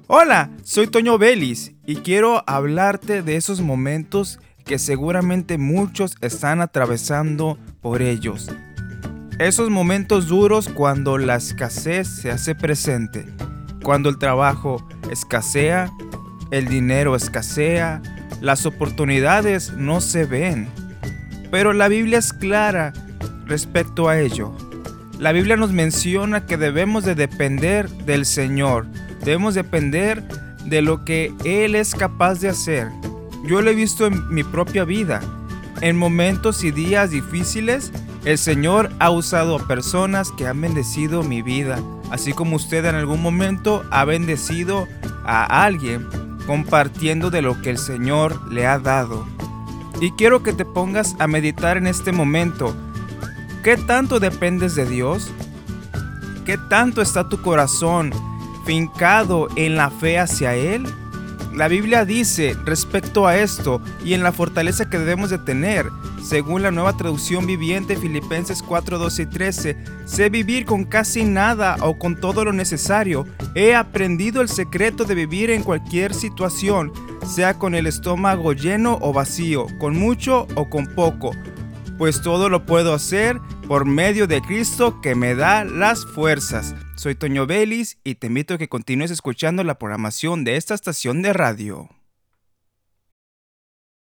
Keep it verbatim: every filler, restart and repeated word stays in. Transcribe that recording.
Hola, soy Toño Vélez y quiero hablarte de esos momentos que seguramente muchos están atravesando por ellos. Esos momentos duros cuando la escasez se hace presente, cuando el trabajo escasea, el dinero escasea, las oportunidades no se ven. Pero la Biblia es clara respecto a ello. La Biblia nos menciona que debemos de depender del Señor. Debemos depender de lo que Él es capaz de hacer. Yo lo he visto en mi propia vida. En momentos y días difíciles, el Señor ha usado a personas que han bendecido mi vida, así como usted en algún momento ha bendecido a alguien compartiendo de lo que el Señor le ha dado. Y quiero que te pongas a meditar en este momento. ¿Qué tanto dependes de Dios? ¿Qué tanto está tu corazón fincado en la fe hacia Él? La Biblia dice respecto a esto y en la fortaleza que debemos de tener, según la Nueva Traducción Viviente, Filipenses cuatro, doce y trece, sé vivir con casi nada o con todo lo necesario. He aprendido el secreto de vivir en cualquier situación, sea con el estómago lleno o vacío, con mucho o con poco, pues todo lo puedo hacer por medio de Cristo que me da las fuerzas. Soy Toño Vélez y te invito a que continúes escuchando la programación de esta estación de radio.